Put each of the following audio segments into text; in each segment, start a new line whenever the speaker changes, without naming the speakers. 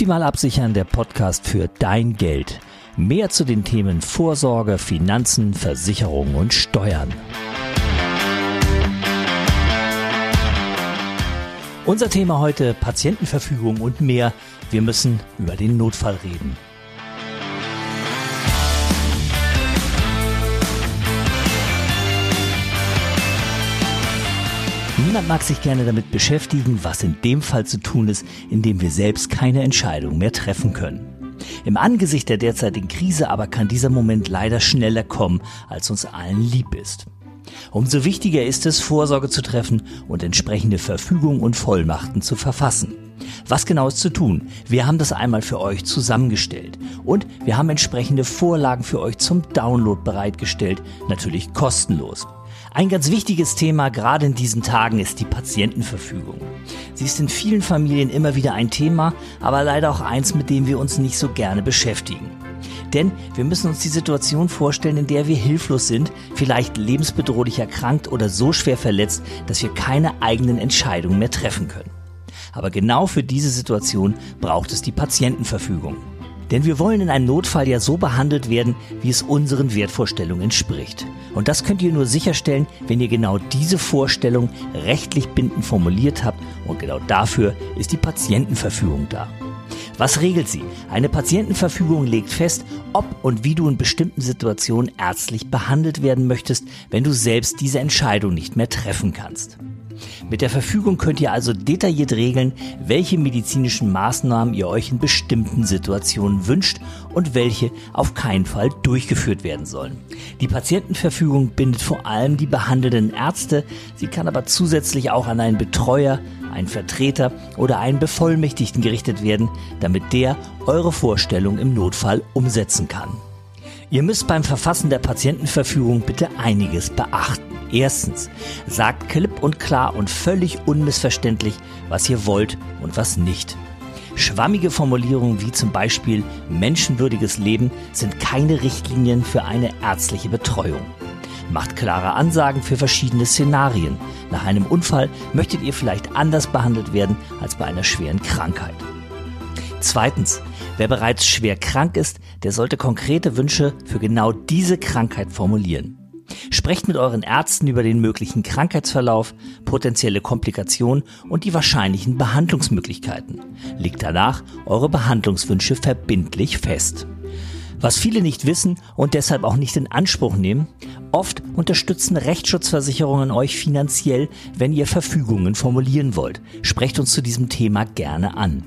Optimal absichern, der Podcast für dein Geld. Mehr zu den Themen Vorsorge, Finanzen, Versicherung und Steuern. Unser Thema heute: Patientenverfügung und mehr. Wir müssen über den Notfall reden. Niemand mag sich gerne damit beschäftigen, was in dem Fall zu tun ist, in dem wir selbst keine Entscheidung mehr treffen können. Im Angesicht der derzeitigen Krise aber kann dieser Moment leider schneller kommen, als uns allen lieb ist. Umso wichtiger ist es, Vorsorge zu treffen und entsprechende Verfügungen und Vollmachten zu verfassen. Was genau ist zu tun? Wir haben das einmal für euch zusammengestellt und wir haben entsprechende Vorlagen für euch zum Download bereitgestellt, natürlich kostenlos. Ein ganz wichtiges Thema gerade in diesen Tagen ist die Patientenverfügung. Sie ist in vielen Familien immer wieder ein Thema, aber leider auch eins, mit dem wir uns nicht so gerne beschäftigen. Denn wir müssen uns die Situation vorstellen, in der wir hilflos sind, vielleicht lebensbedrohlich erkrankt oder so schwer verletzt, dass wir keine eigenen Entscheidungen mehr treffen können. Aber genau für diese Situation braucht es die Patientenverfügung. Denn wir wollen in einem Notfall ja so behandelt werden, wie es unseren Wertvorstellungen entspricht. Und das könnt ihr nur sicherstellen, wenn ihr genau diese Vorstellung rechtlich bindend formuliert habt, und genau dafür ist die Patientenverfügung da. Was regelt sie? Eine Patientenverfügung legt fest, ob und wie du in bestimmten Situationen ärztlich behandelt werden möchtest, wenn du selbst diese Entscheidung nicht mehr treffen kannst. Mit der Verfügung könnt ihr also detailliert regeln, welche medizinischen Maßnahmen ihr euch in bestimmten Situationen wünscht und welche auf keinen Fall durchgeführt werden sollen. Die Patientenverfügung bindet vor allem die behandelnden Ärzte, sie kann aber zusätzlich auch an einen Betreuer, einen Vertreter oder einen Bevollmächtigten gerichtet werden, damit der eure Vorstellung im Notfall umsetzen kann. Ihr müsst beim Verfassen der Patientenverfügung bitte einiges beachten. Erstens, sagt klipp und klar und völlig unmissverständlich, was ihr wollt und was nicht. Schwammige Formulierungen wie zum Beispiel menschenwürdiges Leben sind keine Richtlinien für eine ärztliche Betreuung. Macht klare Ansagen für verschiedene Szenarien. Nach einem Unfall möchtet ihr vielleicht anders behandelt werden als bei einer schweren Krankheit. Zweitens, wer bereits schwer krank ist, der sollte konkrete Wünsche für genau diese Krankheit formulieren. Sprecht mit euren Ärzten über den möglichen Krankheitsverlauf, potenzielle Komplikationen und die wahrscheinlichen Behandlungsmöglichkeiten. Legt danach eure Behandlungswünsche verbindlich fest. Was viele nicht wissen und deshalb auch nicht in Anspruch nehmen: oft unterstützen Rechtsschutzversicherungen euch finanziell, wenn ihr Verfügungen formulieren wollt. Sprecht uns zu diesem Thema gerne an.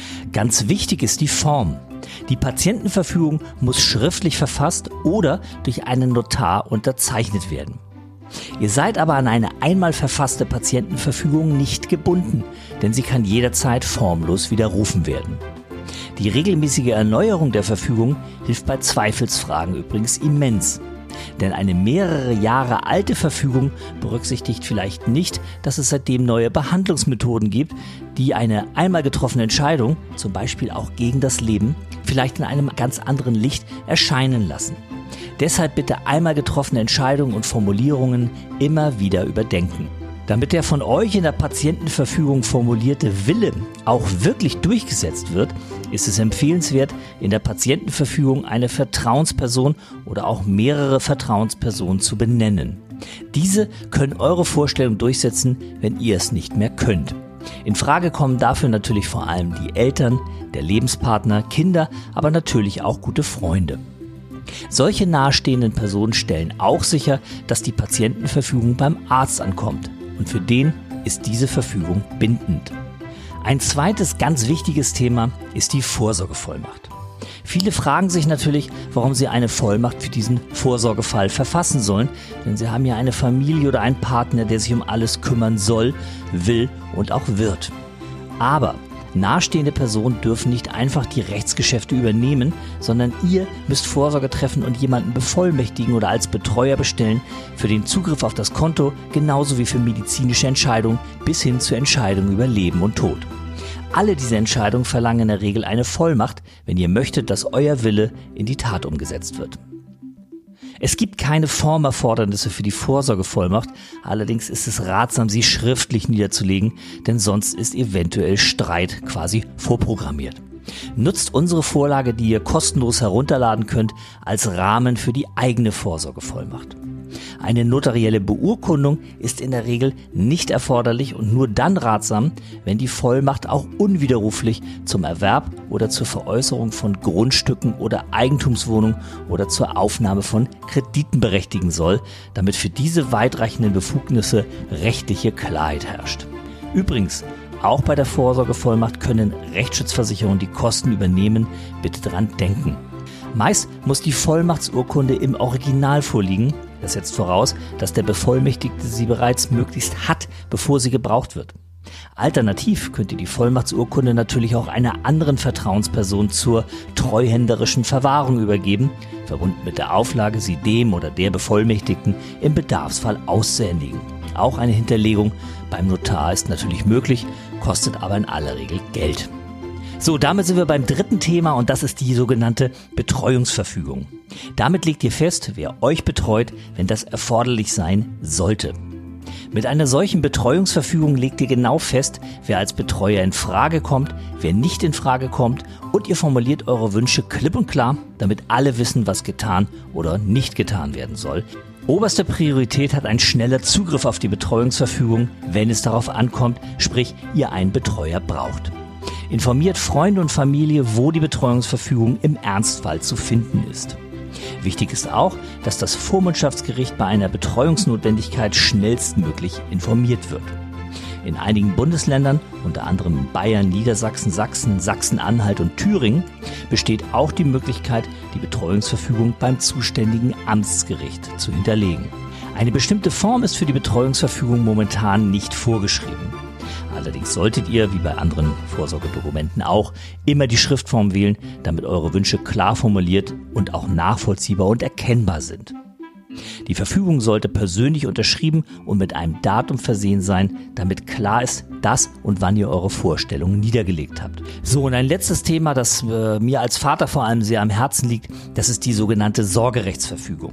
Ganz wichtig ist die Form. Die Patientenverfügung muss schriftlich verfasst oder durch einen Notar unterzeichnet werden. Ihr seid aber an eine einmal verfasste Patientenverfügung nicht gebunden, denn sie kann jederzeit formlos widerrufen werden. Die regelmäßige Erneuerung der Verfügung hilft bei Zweifelsfragen übrigens immens. Denn eine mehrere Jahre alte Verfügung berücksichtigt vielleicht nicht, dass es seitdem neue Behandlungsmethoden gibt, die eine einmal getroffene Entscheidung, zum Beispiel auch gegen das Leben, vielleicht in einem ganz anderen Licht erscheinen lassen. Deshalb bitte einmal getroffene Entscheidungen und Formulierungen immer wieder überdenken. Damit der von euch in der Patientenverfügung formulierte Wille auch wirklich durchgesetzt wird, ist es empfehlenswert, in der Patientenverfügung eine Vertrauensperson oder auch mehrere Vertrauenspersonen zu benennen. Diese können eure Vorstellung durchsetzen, wenn ihr es nicht mehr könnt. In Frage kommen dafür natürlich vor allem die Eltern, der Lebenspartner, Kinder, aber natürlich auch gute Freunde. Solche nahestehenden Personen stellen auch sicher, dass die Patientenverfügung beim Arzt ankommt. Und für den ist diese Verfügung bindend. Ein zweites ganz wichtiges Thema ist die Vorsorgevollmacht. Viele fragen sich natürlich, warum sie eine Vollmacht für diesen Vorsorgefall verfassen sollen, denn sie haben ja eine Familie oder einen Partner, der sich um alles kümmern soll, will und auch wird. Aber nahestehende Personen dürfen nicht einfach die Rechtsgeschäfte übernehmen, sondern ihr müsst Vorsorge treffen und jemanden bevollmächtigen oder als Betreuer bestellen für den Zugriff auf das Konto, genauso wie für medizinische Entscheidungen bis hin zu Entscheidungen über Leben und Tod. Alle diese Entscheidungen verlangen in der Regel eine Vollmacht, wenn ihr möchtet, dass euer Wille in die Tat umgesetzt wird. Es gibt keine Formerfordernisse für die Vorsorgevollmacht, allerdings ist es ratsam, sie schriftlich niederzulegen, denn sonst ist eventuell Streit quasi vorprogrammiert. Nutzt unsere Vorlage, die ihr kostenlos herunterladen könnt, als Rahmen für die eigene Vorsorgevollmacht. Eine notarielle Beurkundung ist in der Regel nicht erforderlich und nur dann ratsam, wenn die Vollmacht auch unwiderruflich zum Erwerb oder zur Veräußerung von Grundstücken oder Eigentumswohnungen oder zur Aufnahme von Krediten berechtigen soll, damit für diese weitreichenden Befugnisse rechtliche Klarheit herrscht. Übrigens, auch bei der Vorsorgevollmacht können Rechtsschutzversicherungen die Kosten übernehmen. Bitte dran denken. Meist muss die Vollmachtsurkunde im Original vorliegen. Das setzt voraus, dass der Bevollmächtigte sie bereits möglichst hat, bevor sie gebraucht wird. Alternativ könnt ihr die Vollmachtsurkunde natürlich auch einer anderen Vertrauensperson zur treuhänderischen Verwahrung übergeben, verbunden mit der Auflage, sie dem oder der Bevollmächtigten im Bedarfsfall auszuhändigen. Auch eine Hinterlegung beim Notar ist natürlich möglich, kostet aber in aller Regel Geld. So, damit sind wir beim dritten Thema und das ist die sogenannte Betreuungsverfügung. Damit legt ihr fest, wer euch betreut, wenn das erforderlich sein sollte. Mit einer solchen Betreuungsverfügung legt ihr genau fest, wer als Betreuer in Frage kommt, wer nicht in Frage kommt und ihr formuliert eure Wünsche klipp und klar, damit alle wissen, was getan oder nicht getan werden soll. Oberste Priorität hat ein schneller Zugriff auf die Betreuungsverfügung, wenn es darauf ankommt, sprich ihr einen Betreuer braucht. Informiert Freunde und Familie, wo die Betreuungsverfügung im Ernstfall zu finden ist. Wichtig ist auch, dass das Vormundschaftsgericht bei einer Betreuungsnotwendigkeit schnellstmöglich informiert wird. In einigen Bundesländern, unter anderem in Bayern, Niedersachsen, Sachsen, Sachsen-Anhalt und Thüringen, besteht auch die Möglichkeit, die Betreuungsverfügung beim zuständigen Amtsgericht zu hinterlegen. Eine bestimmte Form ist für die Betreuungsverfügung momentan nicht vorgeschrieben. Allerdings solltet ihr, wie bei anderen Vorsorgedokumenten auch, immer die Schriftform wählen, damit eure Wünsche klar formuliert und auch nachvollziehbar und erkennbar sind. Die Verfügung sollte persönlich unterschrieben und mit einem Datum versehen sein, damit klar ist, dass und wann ihr eure Vorstellungen niedergelegt habt. So, und ein letztes Thema, das mir als Vater vor allem sehr am Herzen liegt, das ist die sogenannte Sorgerechtsverfügung.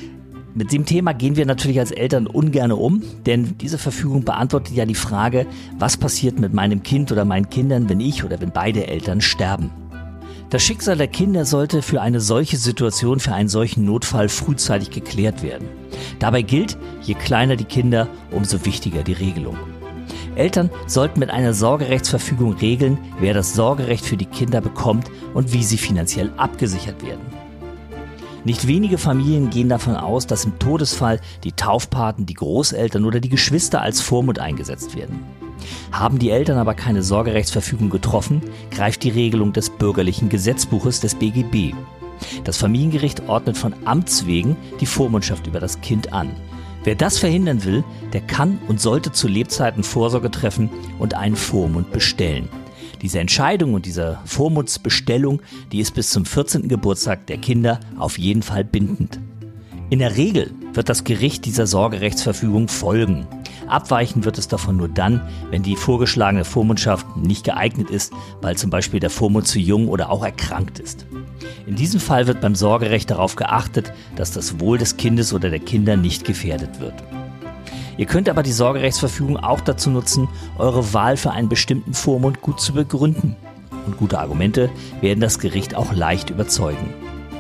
Mit dem Thema gehen wir natürlich als Eltern ungern um, denn diese Verfügung beantwortet ja die Frage, was passiert mit meinem Kind oder meinen Kindern, wenn ich oder wenn beide Eltern sterben. Das Schicksal der Kinder sollte für eine solche Situation, für einen solchen Notfall frühzeitig geklärt werden. Dabei gilt, je kleiner die Kinder, umso wichtiger die Regelung. Eltern sollten mit einer Sorgerechtsverfügung regeln, wer das Sorgerecht für die Kinder bekommt und wie sie finanziell abgesichert werden. Nicht wenige Familien gehen davon aus, dass im Todesfall die Taufpaten, die Großeltern oder die Geschwister als Vormund eingesetzt werden. Haben die Eltern aber keine Sorgerechtsverfügung getroffen, greift die Regelung des bürgerlichen Gesetzbuches des BGB. Das Familiengericht ordnet von Amts wegen die Vormundschaft über das Kind an. Wer das verhindern will, der kann und sollte zu Lebzeiten Vorsorge treffen und einen Vormund bestellen. Diese Entscheidung und diese Vormundsbestellung, die ist bis zum 14. Geburtstag der Kinder auf jeden Fall bindend. In der Regel wird das Gericht dieser Sorgerechtsverfügung folgen. Abweichen wird es davon nur dann, wenn die vorgeschlagene Vormundschaft nicht geeignet ist, weil zum Beispiel der Vormund zu jung oder auch erkrankt ist. In diesem Fall wird beim Sorgerecht darauf geachtet, dass das Wohl des Kindes oder der Kinder nicht gefährdet wird. Ihr könnt aber die Sorgerechtsverfügung auch dazu nutzen, eure Wahl für einen bestimmten Vormund gut zu begründen. Und gute Argumente werden das Gericht auch leicht überzeugen.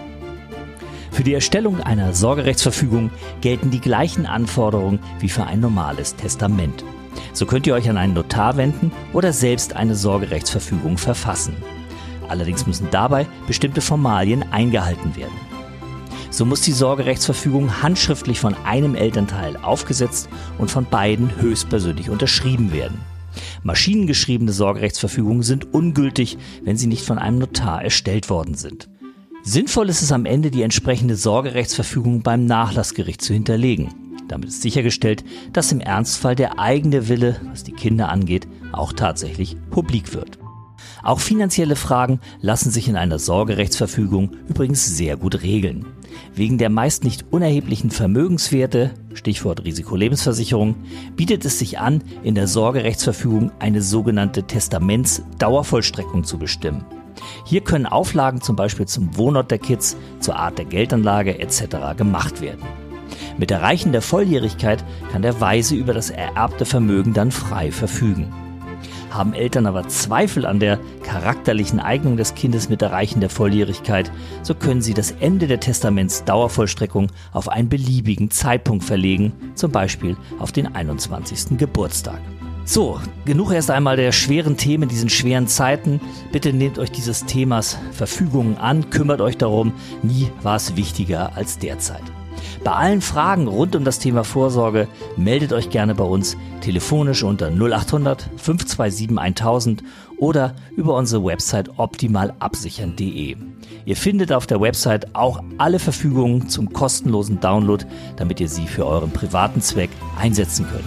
Für die Erstellung einer Sorgerechtsverfügung gelten die gleichen Anforderungen wie für ein normales Testament. So könnt ihr euch an einen Notar wenden oder selbst eine Sorgerechtsverfügung verfassen. Allerdings müssen dabei bestimmte Formalien eingehalten werden. So muss die Sorgerechtsverfügung handschriftlich von einem Elternteil aufgesetzt und von beiden höchstpersönlich unterschrieben werden. Maschinengeschriebene Sorgerechtsverfügungen sind ungültig, wenn sie nicht von einem Notar erstellt worden sind. Sinnvoll ist es am Ende, die entsprechende Sorgerechtsverfügung beim Nachlassgericht zu hinterlegen. Damit ist sichergestellt, dass im Ernstfall der eigene Wille, was die Kinder angeht, auch tatsächlich publik wird. Auch finanzielle Fragen lassen sich in einer Sorgerechtsverfügung übrigens sehr gut regeln. Wegen der meist nicht unerheblichen Vermögenswerte, Stichwort Risikolebensversicherung, bietet es sich an, in der Sorgerechtsverfügung eine sogenannte Testamentsdauervollstreckung zu bestimmen. Hier können Auflagen zum Beispiel zum Wohnort der Kids, zur Art der Geldanlage etc. gemacht werden. Mit Erreichen der Volljährigkeit kann der Weise über das ererbte Vermögen dann frei verfügen. Haben Eltern aber Zweifel an der charakterlichen Eignung des Kindes mit Erreichen der Volljährigkeit, so können sie das Ende der Testamentsdauervollstreckung auf einen beliebigen Zeitpunkt verlegen, zum Beispiel auf den 21. Geburtstag. So, genug erst einmal der schweren Themen in diesen schweren Zeiten. Bitte nehmt euch dieses Themas Verfügungen an, kümmert euch darum. Nie war es wichtiger als derzeit. Bei allen Fragen rund um das Thema Vorsorge meldet euch gerne bei uns telefonisch unter 0800 527 1000 oder über unsere Website optimalabsichern.de. Ihr findet auf der Website auch alle Verfügungen zum kostenlosen Download, damit ihr sie für euren privaten Zweck einsetzen könnt.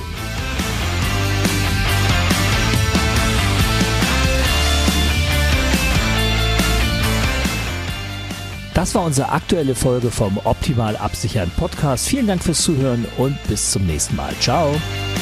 Das war unsere aktuelle Folge vom Optimal Absichern Podcast. Vielen Dank fürs Zuhören und bis zum nächsten Mal. Ciao.